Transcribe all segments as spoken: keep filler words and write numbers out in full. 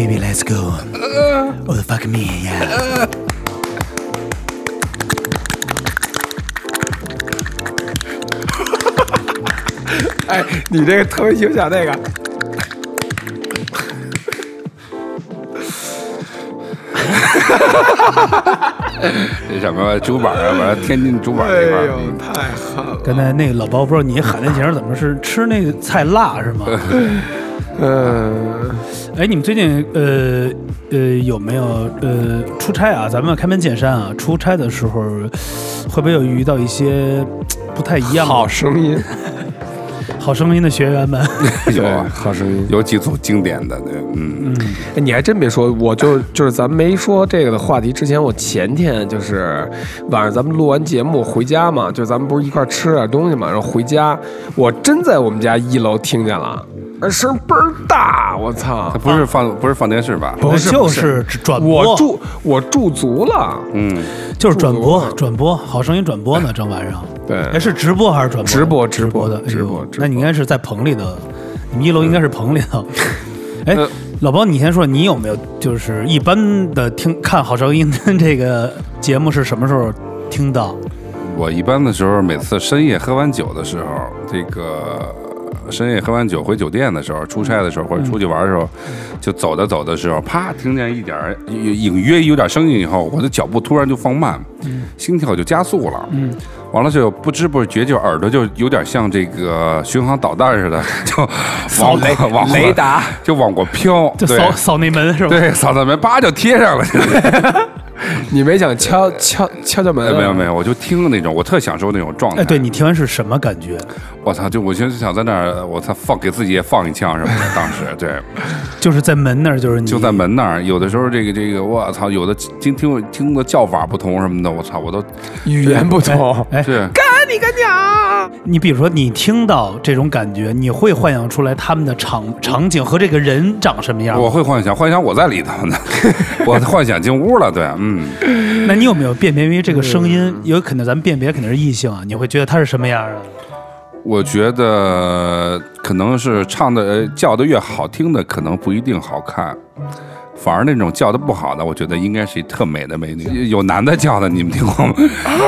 baby, let's go. Oh, the fuck me, yeah. 哎，你这个特别形象，那个。 这什么竹板啊，完了天津竹板这块儿， 哎呦，太狠了！ 刚才那个老包，不知道你喊那节怎么是吃那个菜辣是吗？ 嗯， 哎，你们最近呃呃有没有呃出差啊？咱们开门见山啊，出差的时候会不会有遇到一些不太一样的好声音？ 好声音的学员们有啊， 好声音， 有几组经典的，对，嗯， 哎，你还真别说，我就就是咱们没说这个的话题之前，我前天就是晚上咱们录完节目回家嘛，就咱们不是一块吃点东西嘛，然后回家，我真在我们家一楼听见了，而声倍儿大，我操！ 它不是放不是放电视吧？ 不是就是转播， 我驻我驻足了， 嗯， 就是转播转播，好声音转播呢，正晚上。 对， 哎，是直播还是转播？ 直播直播的， 直播。 那你应该是在棚里头，你们一楼应该是棚里头。哎，老包，你先说，你有没有就是一般的听看好声音的这个节目是什么时候听到？ 我一般的时候，每次深夜喝完酒的时候，这个深夜喝完酒回酒店的时候，出差的时候或者出去玩的时候，嗯、就走着走的时候，啪，听见一点隐约有点声音以后，我的脚步突然就放慢，嗯、心跳就加速了。嗯。完了就不知不觉就耳朵就有点像这个巡航导弹似的，就往雷往雷达就往过飘， 就扫扫内门是吧？ 对，扫内门，叭就贴上了。 你没想敲敲敲敲门？ 没有没有，我就听那种，我特享受那种状态。 哎，对你听完是什么感觉？ 我操！就我就想在那儿，我操，放给自己也放一枪什么的。当时对， 就是在门那儿，就是你就在门那儿。有的时候这个这个，我操，有的听听听的叫法不同什么的，我操，我都语言不同。 哎， 是干你个娘！ 你比如说，你听到这种感觉，你会幻想出来他们的场场景和这个人长什么样？ 我会幻想，幻想我在里头呢，我幻想进屋了。对，嗯。 那你有没有辨别为这个声音？有可能咱们辨别肯定是异性啊，你会觉得他是什么样的？ 我觉得可能是唱的叫的越好听的，可能不一定好看，反而那种叫的不好的，我觉得应该是一特美的美女。有男的叫的，你们听过吗？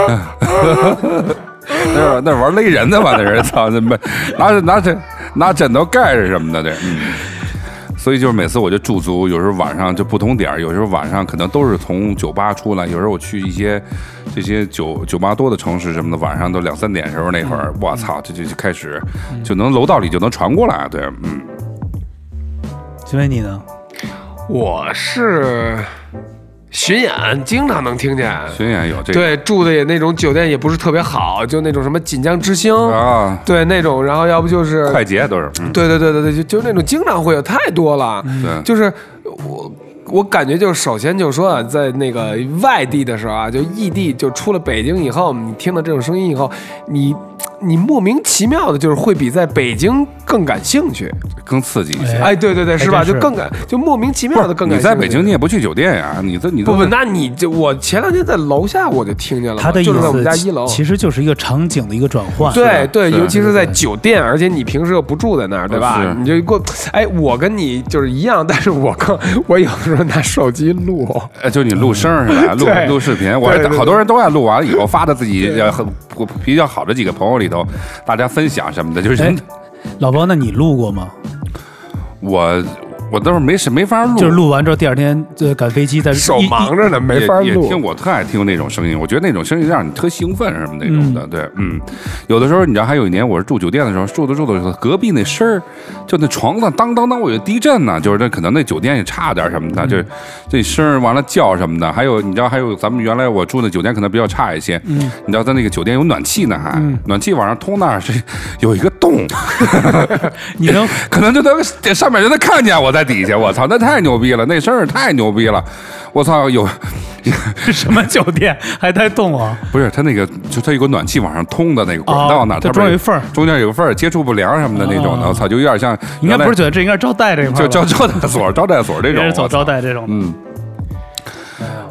那那玩勒人的吧，那人操，那拿着拿着拿枕头盖着什么的，对，嗯。所以就是每次我就驻足，有时候晚上就不同点，有时候晚上可能都是从酒吧出来，有时候我去一些这些酒酒吧多的城市什么的，晚上都两三点的时候那会儿，我操，这就就开始就能楼道里就能传过来，对，嗯。 请问你呢？ 我是巡演，经常能听见。 巡演有这个， 对，住的也那种酒店也不是特别好，就那种什么锦江之星啊， 对那种，然后要不就是快捷都是， 嗯、对对对对对，就就那种经常会有太多了， 对， 就是我。我感觉就是首先就是说啊，在那个外地的时候啊，就异地就出了北京以后，你听到这种声音以后，你你莫名其妙的就是会比在北京更感兴趣， 更刺激一些。 哎，对对对，是吧？就更感就莫名其妙的更感兴趣。 你在北京你也不去酒店呀？你这你不不，那你就我前两天在楼下我就听见了， 他的意思就是在我们家一楼， 其实就是一个场景的一个转换。 对对，尤其是在酒店，而且你平时又不住在那儿，对吧？你就过，哎，我跟你就是一样，但是我更我有时候拿手机录， 呃，就你录声是吧？录录视频，我好多人都爱录完了以后发到自己很比较好的几个朋友里头，大家分享什么的，就是。 老包，那你录过吗？ 我我倒是没是没法录， 就是录完之后第二天就赶飞机，在手忙着呢，没法录。 也听我特爱听那种声音，我觉得那种声音让你特兴奋什么那种的。嗯、对，嗯，有的时候你知道，还有一年我是住酒店的时候，住着住着时候，隔壁那声儿，就那床上当当当，我有地震呢，就是那可能那酒店也差点什么的，嗯、就这声儿完了叫什么的。还有你知道，还有咱们原来我住的酒店可能比较差一些，嗯、你知道在那个酒店有暖气呢，还、嗯、暖气往上通那儿是有一个洞， 你能可能就能上面就能看见我在底下，我操，那太牛逼了，那声儿太牛逼了，我操，有什么酒店还带洞啊？ 不是，它那个就它有个暖气往上通的那个管道那，它中间有一缝， 中间有个缝，接触不良什么的那种的，我操，就有点像。 应该不是觉得这应该是招待这块， 就招招待所、招待所这种， 走招待这种。 嗯。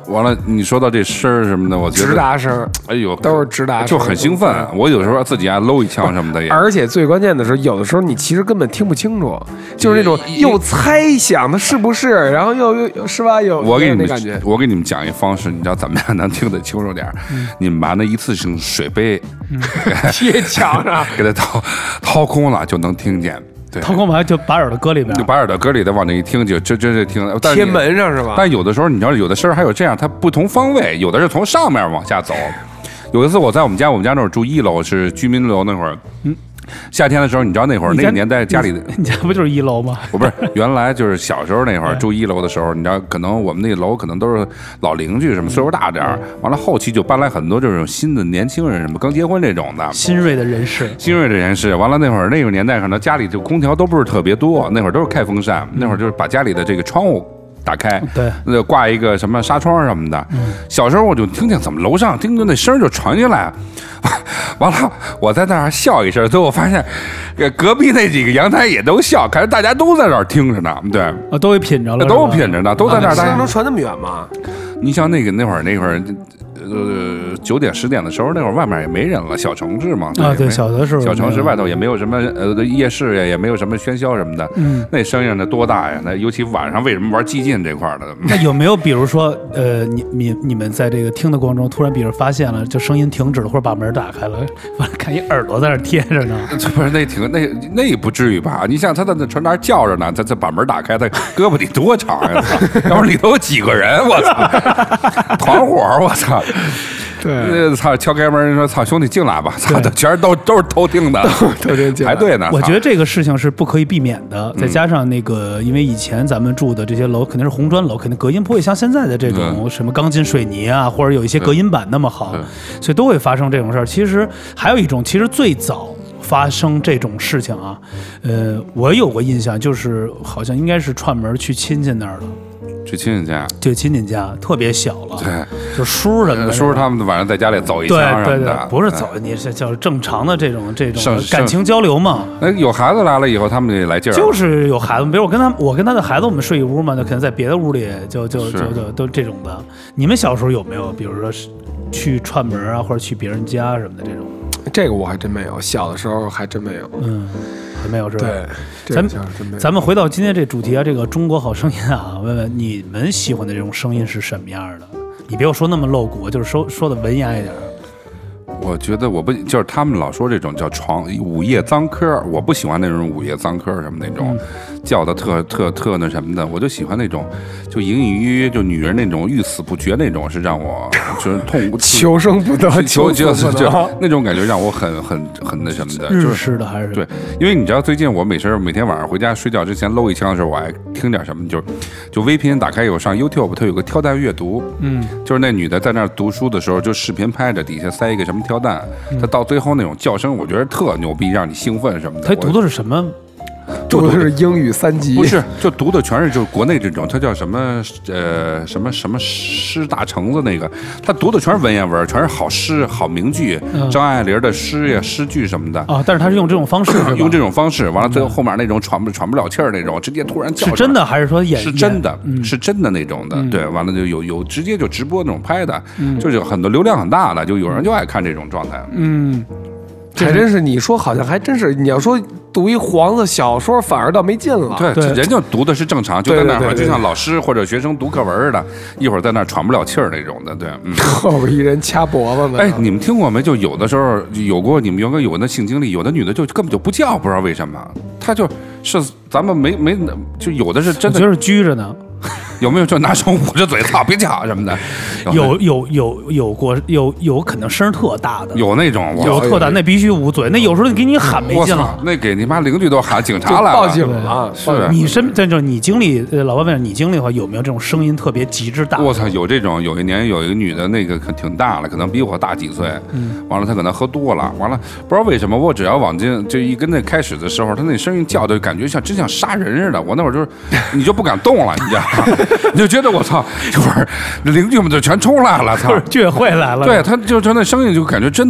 完了，你说到这声儿什么的，我觉得直达声， 哎呦， 都是直达声， 就很兴奋。我有时候自己爱搂一枪什么的也。 而且最关键的是，有的时候你其实根本听不清楚，就是那种又猜想的是不是，然后又又是吧？有我给你们感觉， 我给你们讲一方式，你知道怎么样能听得清楚点？嗯、你们把那一次性水杯贴墙上， 给它掏掏空了，就能听见。 掏空完就把耳朵搁里边， 就把耳朵搁里头往那一听，就就就就听。 贴门上是吧？ 但有的时候你知道，有的声还有这样，它不同方位，有的是从上面往下走。有一次我在我们家，我们家那会儿住一楼，是居民楼那会儿，嗯。夏天的时候，你知道那会儿那个年代家里的， 你家不就是一楼吗？ 我不是，原来就是小时候那会儿住一楼的时候，你知道，可能我们那楼可能都是老邻居，什么岁数大点儿，完了后期就搬来很多这种新的年轻人，什么刚结婚这种的新锐的人士， 新锐的人士。完了那会儿那个年代可能家里就空调都不是特别多，那会儿都是开风扇，那会儿就是把家里的这个窗户打开， 对， 那挂一个什么纱窗什么的。嗯、小时候我就听见怎么楼上听着那声就传进来，完了我在那儿笑一声，最后我发现，隔壁那几个阳台也都笑，看来大家都在那儿听着呢。对， 啊，都给品着了， 都品着呢，都在那儿。 声、啊、能传那么远吗？ 你像那个那会儿那会儿。呃，九点十点的时候，那会儿外面也没人了，小城市嘛。 啊，对，小的时候， 小城市外头也没有什么呃夜市呀，也没有什么喧嚣什么的。嗯，那声音那多大呀？那尤其晚上，为什么玩激进这块的？ 那有没有比如说，呃，你你你们在这个听的过程中，突然比如发现了，就声音停止了，或者把门打开了，完了看一耳朵在那贴着呢？ 这不是那挺那那也不至于吧？你想他在那传达叫着呢，他他把门打开，他胳膊得多长呀？要不里头有几个人？我操，团伙我操！ 对， 操！敲开门说：“操，兄弟进来吧！”操，全是都都是偷听的， 偷听排队呢。 我觉得这个事情是不可以避免的，再加上那个，因为以前咱们住的这些楼肯定是红砖楼，肯定隔音不会像现在的这种什么钢筋水泥啊，或者有一些隔音板那么好，所以都会发生这种事儿。其实还有一种，其实最早发生这种事情啊，呃，我有个印象，就是好像应该是串门去亲戚那儿了。 去亲戚家， 对亲戚家特别小了， 对， 就叔什么的， 叔叔他们晚上在家里走一枪什么的， 对对对，不是走，你是叫正常的这种这种感情交流嘛。 那有孩子来了以后，他们得来劲儿， 就是有孩子，比如我跟他，我跟他的孩子，我们睡一屋嘛，那可能在别的屋里就就就就都这种的。你们小时候有没有，比如说去串门啊，或者去别人家什么的这种？ 这个我还真没有，小的时候还真没有， 嗯。还没有是吧？ 对， 咱们咱们回到今天这主题啊，这个中国好声音啊，问问你们喜欢的这种声音是什么样的？你别说那么露骨，就是说说的文雅一点。 我觉得我不就是他们老说这种叫床午夜脏科，我不喜欢那种午夜脏科什么那种、嗯、叫的特特特那什么的，我就喜欢那种就隐隐约约就女人那种欲死不绝那种，是让我就是痛求生不得， 求求死就那种感觉让我很很很那什么的， 日式的还是对，因为你知道最近我每时每天晚上回家睡觉之前搂一枪的时候，我爱听点什么，就就微频打开以后上 YouTube， 它有个跳蛋阅读，嗯，就是那女的在那儿读书的时候，就视频拍着底下塞一个什么跳蛋，他到最后那种叫声，我觉得特牛逼，让你兴奋什么的。 他读的是什么？ 读的是英语三级， 不是，就读的全是就是国内这种，他叫什么呃什么什么诗大橙子那个，他读的全是文言文，全是好诗好名句，嗯、张爱玲的诗呀诗句什么的啊。但是他是用这种方式， 用这种方式，完了最后后面那种喘不喘不了气儿那种，直接突然叫是真的还是说演？ 是真的，嗯、是真的那种的，嗯、对，完了就有有直接就直播那种拍的，嗯、就是有很多流量很大的，就有人就爱看这种状态， 嗯。还真是，你说好像还真是。你要说读一黄色小说，反而倒没劲了。 对，对人就读的是正常，就在那儿，就像老师或者学生读课文似的，一会儿在那儿喘不了气儿那种的。对，嗯、 后边一人掐脖子呢。 哎，你们听过没？就有的时候有过，你们原来有那性经历，有的女的就根本就不叫，不知道为什么，她就是咱们没没就有的是真的， 就是拘着呢。 有没有就拿手捂着嘴，操，别叫什么的？ 有有有有过有有可能声特大的， 有那种有特大，那必须捂嘴。那有时候给你喊没劲了， 那给你妈邻居都喊警察来了， 报警了。 是你身这就是你经历，老爸问你经历的话，有没有这种声音特别极致大？ 我操，有这种。有一年有一个女的，那个可挺大了，可能比我大几岁。嗯，完了她可能喝多了，完了不知道为什么，我只要往进就一跟那开始的时候，她那声音叫的感觉像真像杀人似的。我那会儿就是你就不敢动了，你知道吗？你就觉得我操，就是邻居们就全冲来了，操， 居委会来了。 对，他就就那声音就感觉真的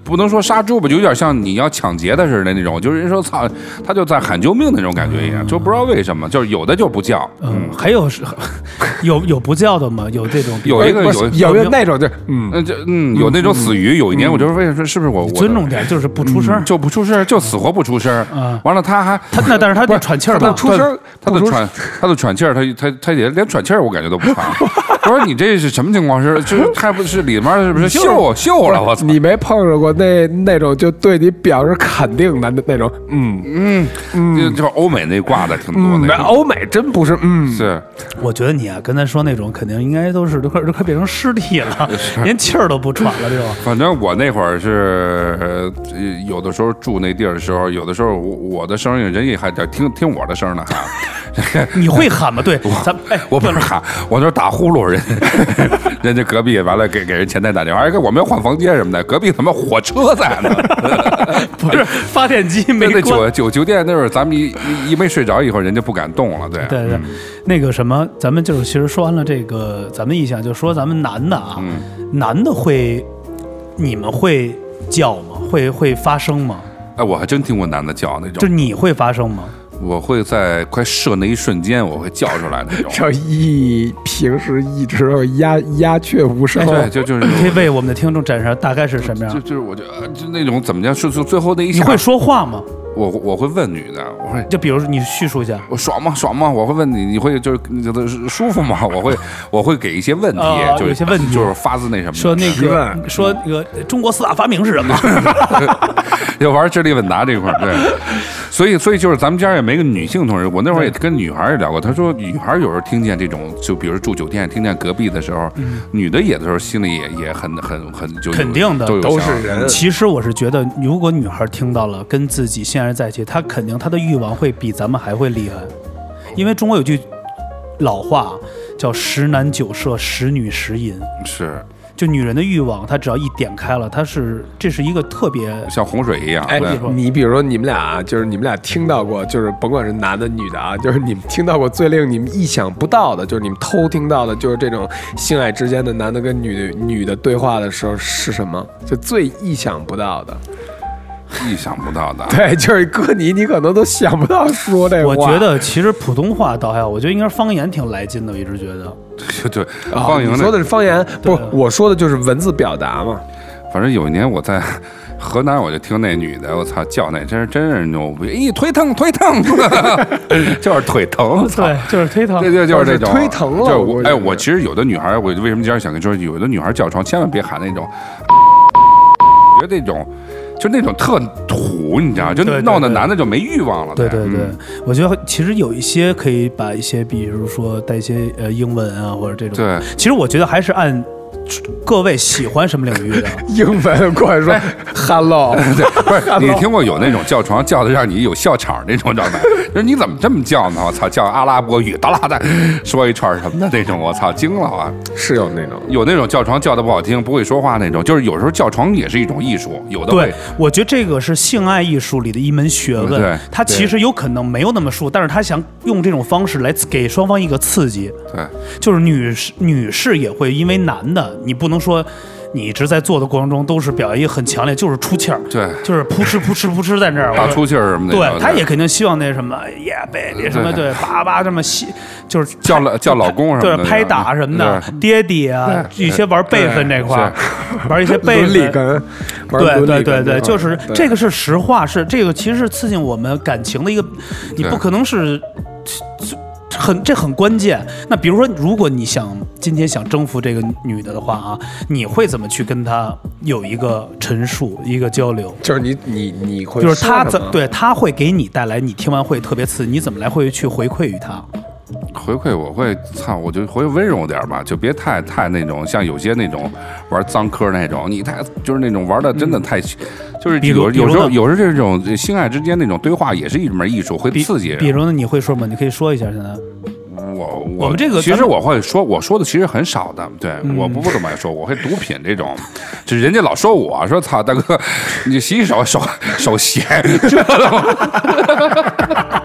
不能说杀猪吧，就有点像你要抢劫的似的那种，就是人说操，他就在喊救命那种感觉一样，就不知道为什么，就是有的就不叫， 嗯，还有是有有不叫的吗？有这种有一个有有没有那种就嗯嗯就嗯有那种死鱼，有一年我就是为什么是不是我尊重点，就是不出声， 就不出声，就死活不出声，完了他还他那但是他得喘气儿吧， 出声， 他的喘他的喘气儿，他他他也连喘气儿我感觉都不喘。我说你这是什么情况？是就是还不是里面是不是秀秀了？我操！ 你没碰着过那那种就对你表示肯定的那种？嗯嗯嗯，就就欧美那挂的挺多的。 欧美真不是嗯是。 我觉得你啊，刚才说那种肯定应该都是都快都快变成尸体了，连气儿都不喘了，这种。 反正我那会儿是有的时候住那地儿的时候，有的时候我的声音人家还在听听我的声呢喊。 你会喊吗？对，咱哎， 我不是喊，我就是打呼噜人。人家隔壁完了给给人前台打电话，哎，我们要换房间什么的，隔壁他妈火车在呢。 不是发电机没关。 那酒酒酒店那会儿，咱们一一没睡着以后，人家不敢动了。对对对， 嗯、 那个什么，咱们就是其实说完了这个，咱们一想就说咱们男的啊，嗯、男的会，你们会叫吗？会会发声吗？ 哎，我还真听过男的叫那种。 就你会发声吗？ 我会在快射那一瞬间，我会叫出来那种。 叫一平时一直鸦鸦雀无声。 对，就就是。 你可以为我们的听众展示大概是什么样？ 就就是我就就那种怎么讲，是就最后那一下。 你会说话吗？ 我我会问女的，我会就比如你叙述一下， 我爽吗？爽吗？我会问你，你会就是你觉得舒服吗？我会我会给一些问题， 呃、 就是有些问题， 就是发自那什么， 说那个说那个中国四大发明是什么？ 要玩智力问答这块儿，对，所以所以就是咱们家也没个女性同事，我那会儿也跟女孩也聊过，她说女孩有时候听见这种，就比如住酒店听见隔壁的时候，嗯、女的也的时候心里也也很很很就肯定的都是人。 其实我是觉得，如果女孩听到了跟自己现在在一起，她肯定她的欲望会比咱们还会厉害，因为中国有句老话叫十男九舍，十女十淫， 是。 就女人的欲望，她只要一点开了，她是这是一个特别像洪水一样。 哎，你比如说你们俩，就是你们俩听到过，就是甭管是男的女的啊，就是你们听到过最令你们意想不到的，就是你们偷听到的，就是这种性爱之间的男的跟女的女的对话的时候是什么？就最意想不到的。 意想不到的， 对，就是搁你，你可能都想不到说这话。 我觉得其实普通话倒还好，我觉得应该是方言挺来劲的，我一直觉得。 对对，方言、 哦、你说的是方言，不，我说的就是文字表达嘛。 反正有一年我在河南，我就听那女的，我操，叫那真是真是牛逼！咦，腿疼腿疼，就是腿疼， 对，就是腿疼， 对对，就是这种腿疼了。 就我哎，我其实有的女孩，我为什么今天想跟你说，有的女孩叫床千万别喊那种，觉得那种。就那种特土，你知道，就闹的男的就没欲望了。 对对 对, 对, 对、嗯，我觉得其实有一些可以把一些，比如说带一些呃英文啊或者这种。 对， 其实我觉得还是按各位喜欢什么领域的。 英文过来说 ，hello， 对，不是你听过有那种叫床叫的让你有笑场那种状态？就是你怎么这么叫呢？我操，叫阿拉伯语，哒啦哒说一串什么的那种，我操，惊了啊！ 是有那种， 有那种叫床叫的不好听，不会说话那种，就是有时候叫床也是一种艺术，有的对，我觉得这个是性爱艺术里的一门学问。 对， 他其实有可能没有那么熟，但是他想用这种方式来给双方一个刺激。 对， 就是女士女士也会因为男的，你不能说。你一直在做的过程中都是表现一个很强烈，就是出气儿， 对， 就是扑哧扑哧扑哧在这儿打出气儿什么的。 对，他也肯定希望那什么，yeah baby 什么，对，叭叭这么细，就是叫了叫老公什么的， 对，拍打什么的，爹爹啊，一些玩辈分这块儿，玩一些辈分，对对对对，就是这个是实话，是这个其实是刺激我们感情的一个，你不可能是。很，这很关键。那比如说，如果你想今天想征服这个女的的话啊，你会怎么去跟她有一个陈述、一个交流？ 就是你你你会， 就是她怎对她会给你带来，你听完会特别刺激，你怎么来会去回馈于她？ 回馈我会操，我就会温柔点吧，就别太太那种像有些那种玩脏科那种，你太就是那种玩的真的太，嗯、就是有有时候有时候这种性爱之间那种对话也是一门艺术，会刺激人。 比如呢，你会说吗？你可以说一下现在。 我我们这个其实我会说，我说的其实很少的，对、嗯、我不不怎么爱说，我会毒品这种，就人家老说我说操大哥，你洗洗手手手咸，知道吗？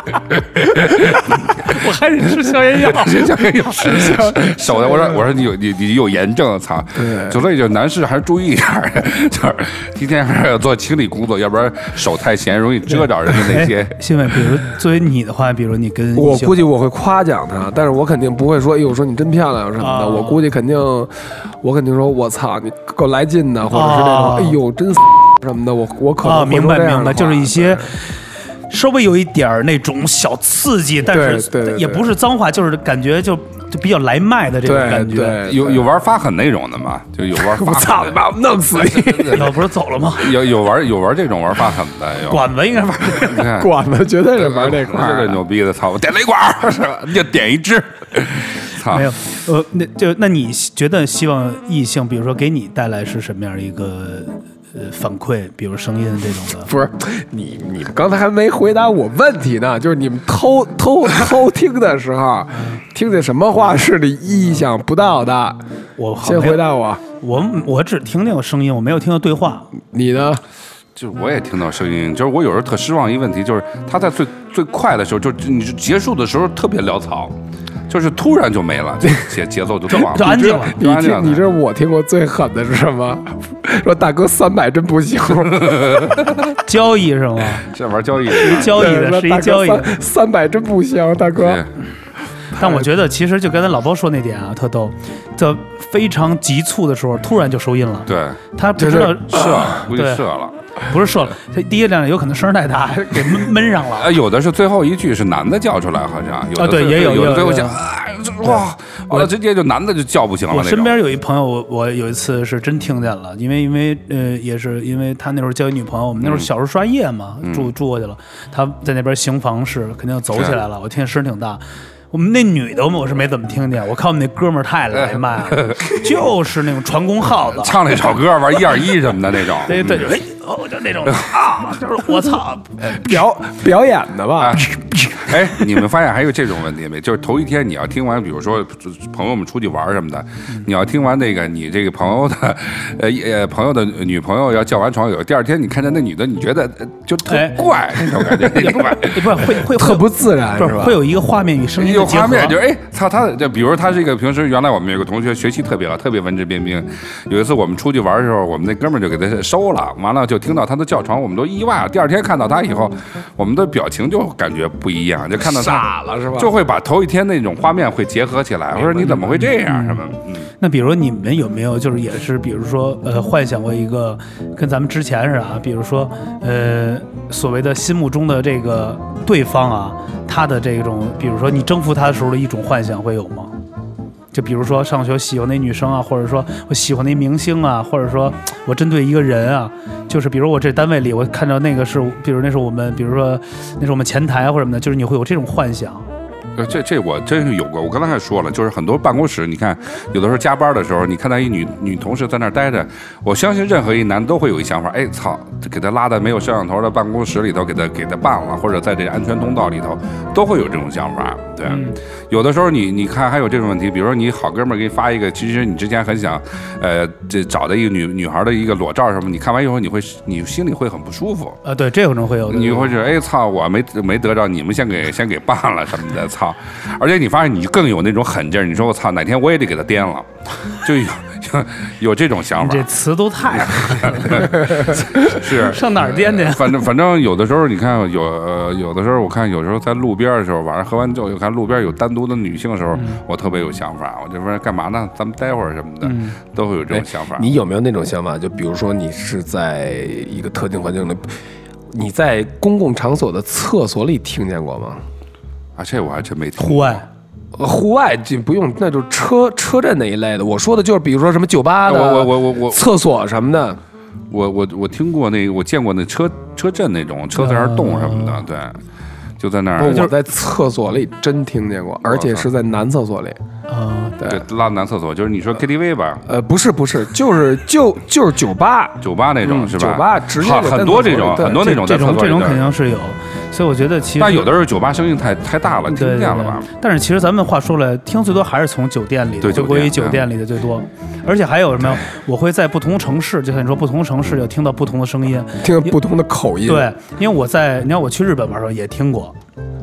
我还得吃消炎药， 吃消炎药，手的。我说我说你有你你有炎症，操！就所以就男士还是注意一点，就是一天还是要做清理工作，要不然手太闲容易遮着人的那些。 新伟，比如作为你的话，比如你跟我估计我会夸奖他，但是我肯定不会说，哎呦，说你真漂亮什么的。啊、我估计肯定，我肯定说，我操，你够来劲的，或者是那种，啊、哎呦，真什么的，我我可能啊，明白明白，就是一些。稍微有一点那种小刺激，但是也不是脏话，就是感觉就就比较来卖的这种感觉。 对对对有有玩发狠那种的吗？就有玩发狠的。 我操，把我弄死你！ 老不是走了吗？ 有有玩有玩这种玩发狠的。 管子应该玩这个， 管子绝对是玩这块儿。这牛逼的，操！我点雷管是吧？就点一支。 没有，呃，那就那你觉得希望异性，比如说给你带来是什么样的一个？呃，反馈，比如声音这种的， 不是你，你们刚才还没回答我问题呢，就是你们偷偷偷听的时候，听见什么话是你意想不到的？ 我先回答我， 我我只听见过声音，我没有听到对话。 你呢？ 就是我也听到声音，就是我有时候特失望一个问题，就是他在最最快的时候，就你结束的时候特别潦草。就是突然就没了，节节奏就断了， 就安静了。 你听，你知道我听过最狠的是什么？说大哥三百真不行， 交易是吗？ 这玩交易， 一交易的是一交易， 三百真不行，大哥。 但我觉得其实就刚才老包说那点啊，特逗，在非常急促的时候，突然就收音了。 对， 他不知道射，估计射了。 不是射了，他第一辆有可能声太大，给闷闷上了。 呃，有的是最后一句是男的叫出来，好像有的、 啊、对，也有有的最后讲，哇，完了直接就男的就叫不行了。 我身边有一朋友，我我有一次是真听见了，因为因为呃也是因为他那时候交一女朋友，我们那时候小时候刷夜嘛， 嗯、 住住过去了，他在那边行房事，肯定走起来了，我听见声挺大。我们那女的我是没怎么听见，我看我们那哥们儿太来卖了，就是那种传功号子， 唱那首歌玩一二一什么的那种， 对对，哎哦，就那种啊，就是我操， 表表演的吧。 哎，你们发现还有这种问题没？就是头一天你要听完，比如说朋友们出去玩什么的，你要听完那个你这个朋友的，呃呃朋友的女朋友要叫完床，有第二天你看见那女的，你觉得就特怪那种感觉， 也不是不是会会特不自然， 是吧？会有一个画面与声音的结合。 有画面就是哎，操他就比如他是一个平时原来我们有个同学学习特别好，特别文质彬彬。有一次我们出去玩的时候，我们那哥们儿就给他收了，完了就听到他的叫床，我们都意外了。第二天看到他以后，我们的表情就感觉不一样，就看到他傻了是吧？ 就会把头一天那种画面会结合起来。我说你怎么会这样？什么？嗯， 那比如你们有没有就是也是比如说呃幻想过一个跟咱们之前似的啊，比如说呃所谓的心目中的这个对方啊，他的这种比如说你征服他的时候的一种幻想会有吗？就比如说上学喜欢那女生啊，或者说我喜欢那明星啊，或者说我针对一个人啊，就是比如我这单位里我看到那个是，比如那是我们，比如说那是我们前台或者什么的，就是你会有这种幻想。 呃，这这我真是有过。我刚才还说了，就是很多办公室，你看有的时候加班的时候，你看到一女女同事在那儿待着，我相信任何一男都会有一想法，哎操，给他拉到没有摄像头的办公室里头，给他给他办了，或者在这安全通道里头，都会有这种想法。对，嗯、有的时候你你看还有这种问题，比如说你好哥们儿给你发一个，其实你之前很想，呃，这找的一个女女孩的一个裸照什么，你看完以后你会你心里会很不舒服。 啊，对，这可能会有的。 你会觉得，哎操，我没没得着，你们先给先给办了什么的，操。而且你发现你更有那种狠劲儿，你说我操，哪天我也得给他颠了，就有有有这种想法。 你这词都太是上哪儿颠颠？ 反正反正有的时候你看有呃有的时候我看有时候在路边的时候，晚上喝完酒又看路边有单独的女性的时候，嗯、我特别有想法。我就说干嘛呢？咱们待会儿什么的，嗯、都会有这种想法。 你有没有那种想法？就比如说你是在一个特定环境里，你在公共场所的厕所里听见过吗？ 啊，这我还真没听。 户外， 户外就不用，那就是车车站那一类的。我说的就是，比如说什么酒吧的， 我我我我厕所什么的。 我我我听过那个，我见过那车车震那种车在那儿动什么的，呃、对，就在那儿。 我在厕所里真听见过，而且是在男厕所里。 啊， 对，拉男厕所就是你说 K T V 吧？ 呃，不是不是，就是就就是酒吧， 酒吧那种、嗯、是吧？ 酒吧直接很多这种，很多那种这种这种肯定是有，所以我觉得其实。 但有的时候酒吧声音太太大了，听不见了吧？ 对对对，但是其实咱们话说来，听最多还是从酒店里， 对， 就归于酒店里的最多。而且还有什么？我会在不同城市，就像你说不同城市有听到不同的声音， 听到不同的口音。 对，因为我在你看我去日本玩的时候也听过。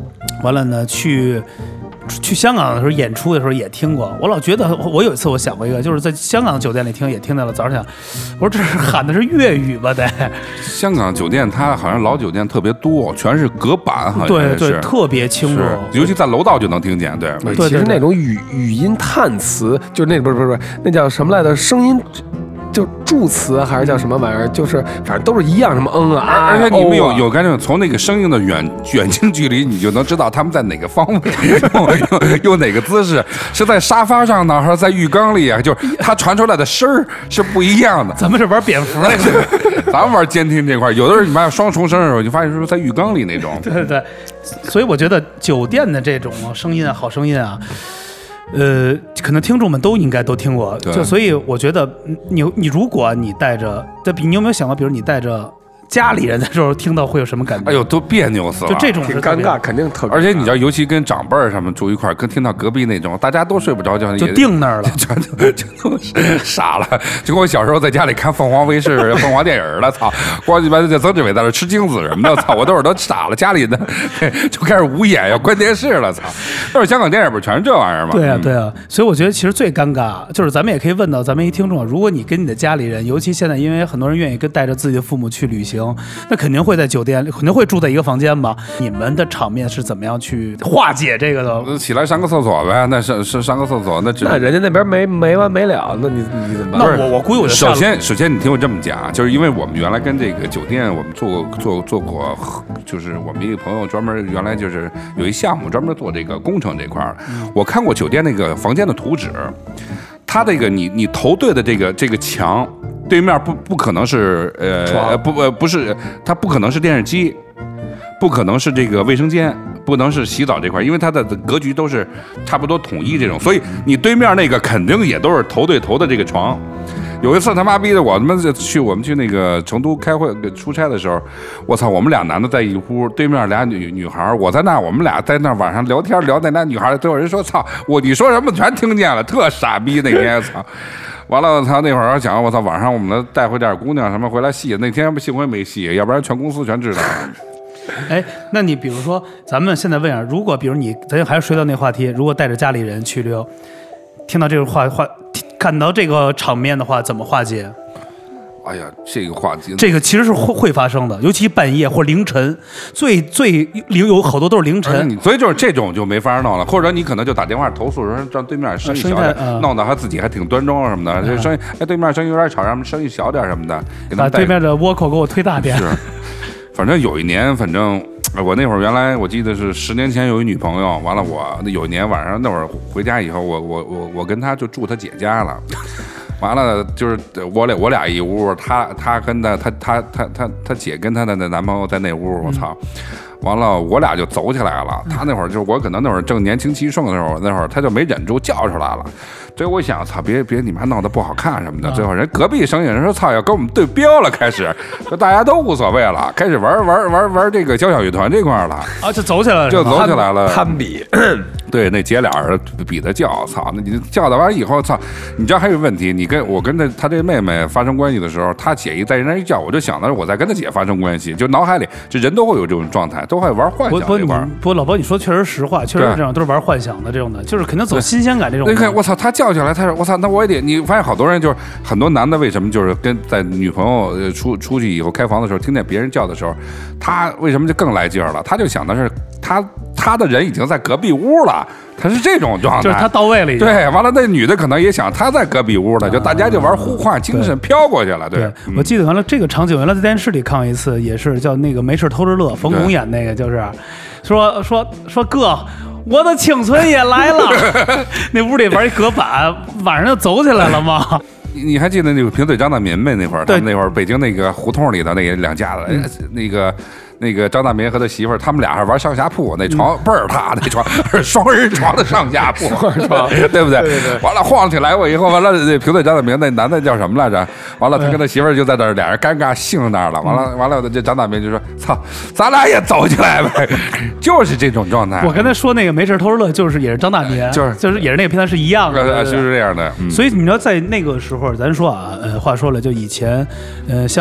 完了呢去。去香港的时候演出的时候也听过，我老觉得我有一次我想过一个，就是在香港酒店里听也听到了。早上想，我说这是喊的是粤语吧？得。 香港酒店它好像老酒店特别多，全是隔板，好像对对，特别清楚， 尤其在楼道就能听见。对， 对，其实那种语语音叹词，就那不是不是不是那叫什么来着？声音。就助词还是叫什么玩意儿，就是反正都是一样，什么嗯啊， 而且你们有有感觉，从那个声音的远远近距离，你就能知道他们在哪个方位，用用哪个姿势，是在沙发上呢，还是在浴缸里啊？就是它传出来的声儿是不一样的。 咱们是玩蝙蝠来着， 咱们玩监听这块，有的时候你发现双重声的时候，你发现是在浴缸里那种。 对对对，所以我觉得酒店的这种声音啊，好声音啊。呃，可能听众们都应该都听过，就所以我觉得你你如果你带着，这比你有没有想过，比如你带着家里人的时候听到会有什么感觉？ 哎呦，都别扭死了！ 就这种挺尴尬，肯定特别。 而且你知道，尤其跟长辈儿他们住一块儿，跟听到隔壁那种，大家都睡不着觉， 就定那儿了， 全都全都傻了。就跟我小时候在家里看凤凰卫视、凤凰电影了，操！光鸡巴这曾志伟在那吃精子什么的，操！我都是都傻了，家里的就开始捂眼要关电视了，操！但是香港电影不是全是这玩意儿吗？ 对啊，对啊。所以我觉得其实最尴尬就是咱们也可以问到咱们一听众，如果你跟你的家里人，尤其现在因为很多人愿意跟带着自己的父母去旅行，那肯定会在酒店，肯定会住在一个房间吧？你们的场面是怎么样去化解这个的？ 起来上个厕所呗，那上上上个厕所，那只那人家那边没没完没了，那你你怎么办？ 那我我估计我就首先首先你听我这么讲，就是因为我们原来跟这个酒店我们做过做做过，就是我们一个朋友专门原来就是有一项目专门做这个工程这块儿，嗯、我看过酒店那个房间的图纸，它这个你你头对的这个这个墙。对面不不可能是呃不呃不是，它不可能是电视机，不可能是这个卫生间，不能是洗澡这块，因为它的格局都是差不多统一这种，所以你对面那个肯定也都是头对头的这个床。有一次他妈逼的我他妈去我们去那个成都开会出差的时候，我操，我们俩男的在一屋，对面俩女女孩，我在那，我们俩在那晚上聊天聊那俩女孩，都有人说操，我你说什么全听见了，特傻逼那天操。完了，我操！那会儿想，我操，晚上我们带回点姑娘什么回来戏，那天幸亏没戏，要不然全公司全知道了。 哎，那你比如说，咱们现在问啊，如果比如你，咱还是回到那话题，如果带着家里人去旅游，听到这个话话，看到这个场面的话，怎么化解？ 哎呀，这个话题， 这个其实是会会发生的，尤其半夜或凌晨，最最有好多都是凌晨， 所以就是这种就没法弄了，或者你可能就打电话投诉，说让对面声音小点， 嗯、 弄得他自己还挺端庄什么的，这、嗯、声音哎对面声音有点吵，让他们声音小点什么的， 把对面的倭寇给我推大点。 是，反正有一年，反正我那会儿原来我记得是十年前有一女朋友，完了我有一年晚上那会儿回家以后，我我我我跟她就住她姐家了。完了就是我俩我俩一屋，他他跟他他他他他他姐跟他的那男朋友在那屋，我操！完了我俩就走起来了。他那会儿就是我可能那会儿正年轻气盛的时候，那会儿他就没忍住叫出来了。所以我想，操，别别你们还闹得不好看什么的。最后人隔壁声音人说，操，要跟我们对标了，开始就大家都无所谓了，开始玩玩玩玩这个交响乐团这块了啊，就走起来了， 就走起来了， 攀比。对， 那姐俩人比的叫，操，那你叫的完以后，操，你知道还有问题，你跟我跟他他这妹妹发生关系的时候，他姐一在人家一叫，我就想到我在跟他姐发生关系，就脑海里这人都会有这种状态，都会玩幻想这块。 不不，老包你说确实实话，确实是这样，都是玩幻想的这种的，就是肯定走新鲜感这种。 你看，我操，他叫起来，他说我操，那我也得，你发现好多人就是很多男的为什么就是跟在女朋友出出去以后开房的时候，听见别人叫的时候，他为什么就更来劲儿了？他就想的是他他的人已经在隔壁屋了。他是这种状态， 就是他到位了已经。 对，完了那女的可能也想他在隔壁屋了，就大家就玩互换精神飘过去了。对， 对嗯、我记得完了这个场景，原来在电视里看过一次，也是叫那个没事偷着乐，冯巩演那个，就是说说说哥，我的青春也来了。那屋里玩一隔板，晚上就走起来了吗？ 你还记得那个贫嘴张大民呗？那会儿，他们那会儿北京那个胡同里的那两家子，嗯、那个。那个张大民和他媳妇儿，他们俩还玩上下铺，那床倍儿大，那床是双人床的上下铺， 床对不对？ 对对对。 完了晃起来我以后，完了那评对张大民那男的叫什么来着？完了他跟他媳妇儿就在那儿，俩人尴尬兴那儿了。完了完了，这张大民就说：“操，咱俩也走起来呗。”就是这种状态。 我跟他说那个没事偷着乐，就是也是张大民， 就是就是也是那个片段是一样的， 就是这样的。 嗯、所以你知道在那个时候，咱说啊，呃，话说了，就以前，呃，像。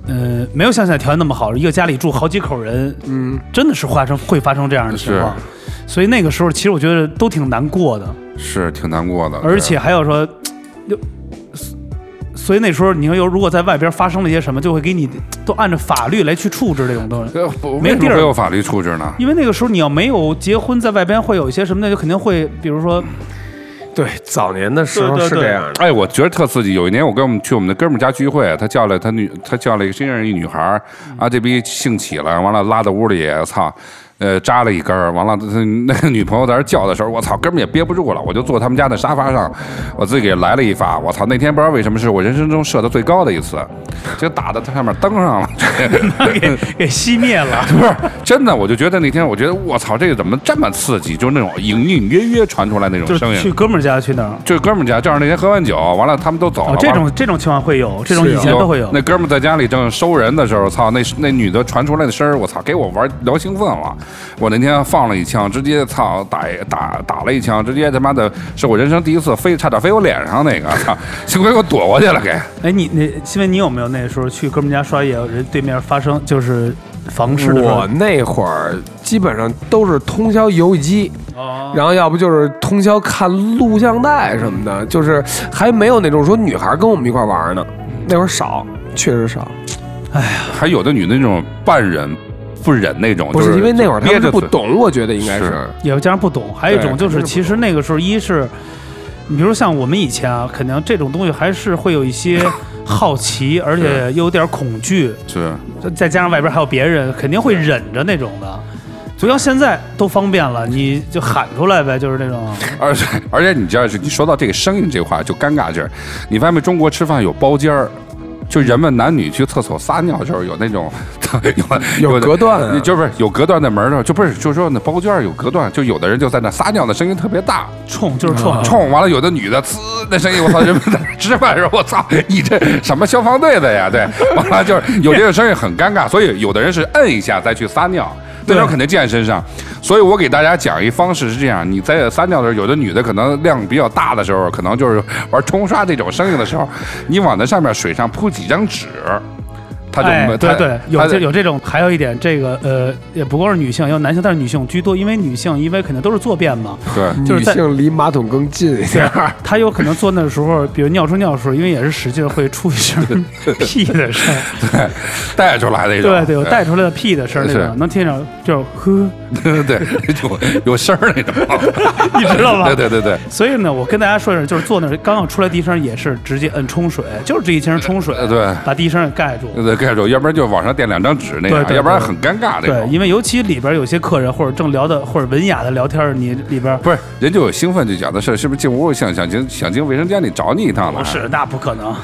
呃，没有像现在条件那么好，一个家里住好几口人，嗯，真的是发生会发生这样的情况。所以那个时候，其实我觉得都挺难过的， 是挺难过的。 而且还有说，就所以那时候你要如果在外边发生了一些什么，就会给你都按照法律来去处置这种东西。 没地儿有法律处置呢？ 因为那个时候你要没有结婚，在外边会有一些什么的，就肯定会，比如说。 对，早年的时候是这样的。 哎，我觉得特刺激。有一年我跟我们去我们的哥们家聚会，他叫了他女，他叫了一个新认识一女孩啊，这逼兴起了，完了拉到屋里，操。呃，扎了一根儿，完了，那个女朋友在那叫的时候，我操，根本也憋不住了，我就坐他们家的沙发上，我自己给来了一发，我操，那天不知道为什么是我人生中射的最高的一次，就打到他上面登上了， 给给熄灭了， 不是真的，我就觉得那天，我觉得我操，这个怎么这么刺激，就是那种隐隐约约传出来那种声音。 去哥们儿家去哪儿？ 就是哥们儿家，正好那天喝完酒，完了他们都走了。 哦、这种这种情况会有，这种以前都会有。 那哥们儿在家里正收人的时候，操，那那女的传出来的声儿，我操，给我玩聊兴奋了。我那天放了一枪，直接操打打打了一枪，直接他妈的是我人生第一次飞，差点飞我脸上那个，操！幸亏我躲过去了，给。 哎，你那新闻你有没有那时候去哥们家刷夜，人对面发生就是房事的时候？ 我那会儿基本上都是通宵游戏机，哦、然后要不就是通宵看录像带什么的，就是还没有那种说女孩跟我们一块玩呢，那会儿少，确实少。 哎呀， 还有的女的那种半忍。不忍那种， 不是因为那会儿他们不懂，我觉得应该是， 也加上不懂，还有一种就是，其实那个时候一是，你比如像我们以前啊，肯定这种东西还是会有一些好奇，而且又有点恐惧， 是， 再加上外边还有别人，肯定会忍着那种的。不像现在都方便了，你就喊出来呗，就是那种。 而且而且你知道是，你说到这个声音这块就尴尬劲儿，你发现没？中国吃饭有包间儿。就人们男女去厕所撒尿的时候有那种有有隔断、啊， 就不是有隔断的门的，就不是就是说那包间有隔断，就有的人就在那撒尿的声音特别大， 冲就是冲、啊、 冲，完了有的女的呲那声音，我操！人们在吃饭的时候，我操，你这什么消防队的呀？对，完了就是有这个声音很尴尬，所以有的人是摁一下再去撒尿。那时候肯定溅身上，所以我给大家讲一方式是这样：你在撒尿的时候，有的女的可能量比较大的时候，可能就是玩冲刷这种声音的时候，你往那上面水上铺几张纸。他就、 哎、对对，有这有这种，还有一点，这个呃，也不光是女性，也有男性，但是女性居多，因为女性因为肯定都是坐便嘛， 对， 就是女性离马桶更近一点， 她有可能坐那的时候，比如尿出尿水，因为也是使劲会出一声屁的声， 对，带出来的一种， 对对，有带出来的屁的声那种，能听着就呵， 对，有有声那种， 你知道吗？ 对对对对。 所以呢，我跟大家说一声，就是坐那刚刚出来第一声也是直接摁冲水，就是这一声冲水， 对， 把第一声给盖住， 对。盖住，要不然就往上垫两张纸那样， 对对对， 要不然很尴尬那种。 对，因为尤其里边有些客人或者正聊的或者文雅的聊天，你里边不是人就有兴奋就讲的是是不是进屋想想进想进卫生间里找你一趟呢？ 不是，那不可能。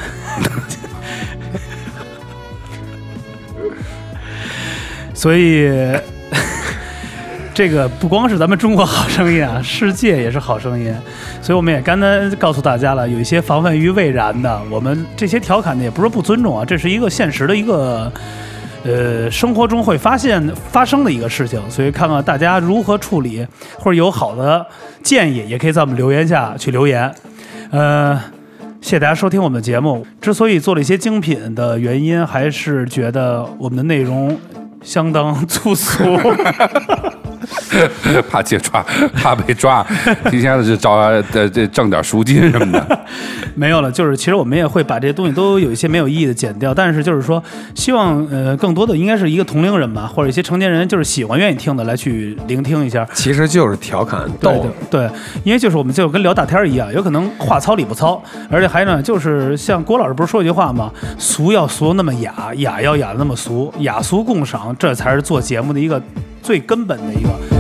所以这个不光是咱们中国好声音啊，世界也是好声音。所以我们也刚才告诉大家了，有一些防范于未然的，我们这些调侃的也不是不尊重啊，这是一个现实的一个呃生活中会发现发生的一个事情。所以看看大家如何处理，或者有好的建议，也可以在我们留言下去留言。呃，谢谢大家收听我们的节目。之所以做了一些精品的原因，还是觉得我们的内容相当粗俗。 怕揭抓，怕被抓，提前的是找呃这挣点赎金什么的。 没有了，就是其实我们也会把这些东西都有一些没有意义的剪掉，但是就是说，希望呃更多的应该是一个同龄人吧，或者一些成年人就是喜欢愿意听的来去聆听一下。 其实就是调侃逗的， 对，对，因为就是我们就跟聊大天一样，有可能话糙理不糙，而且还呢就是像郭老师不是说一句话吗？俗要俗那么雅，雅要雅那么俗，雅俗共赏，这才是做节目的一个最根本的一个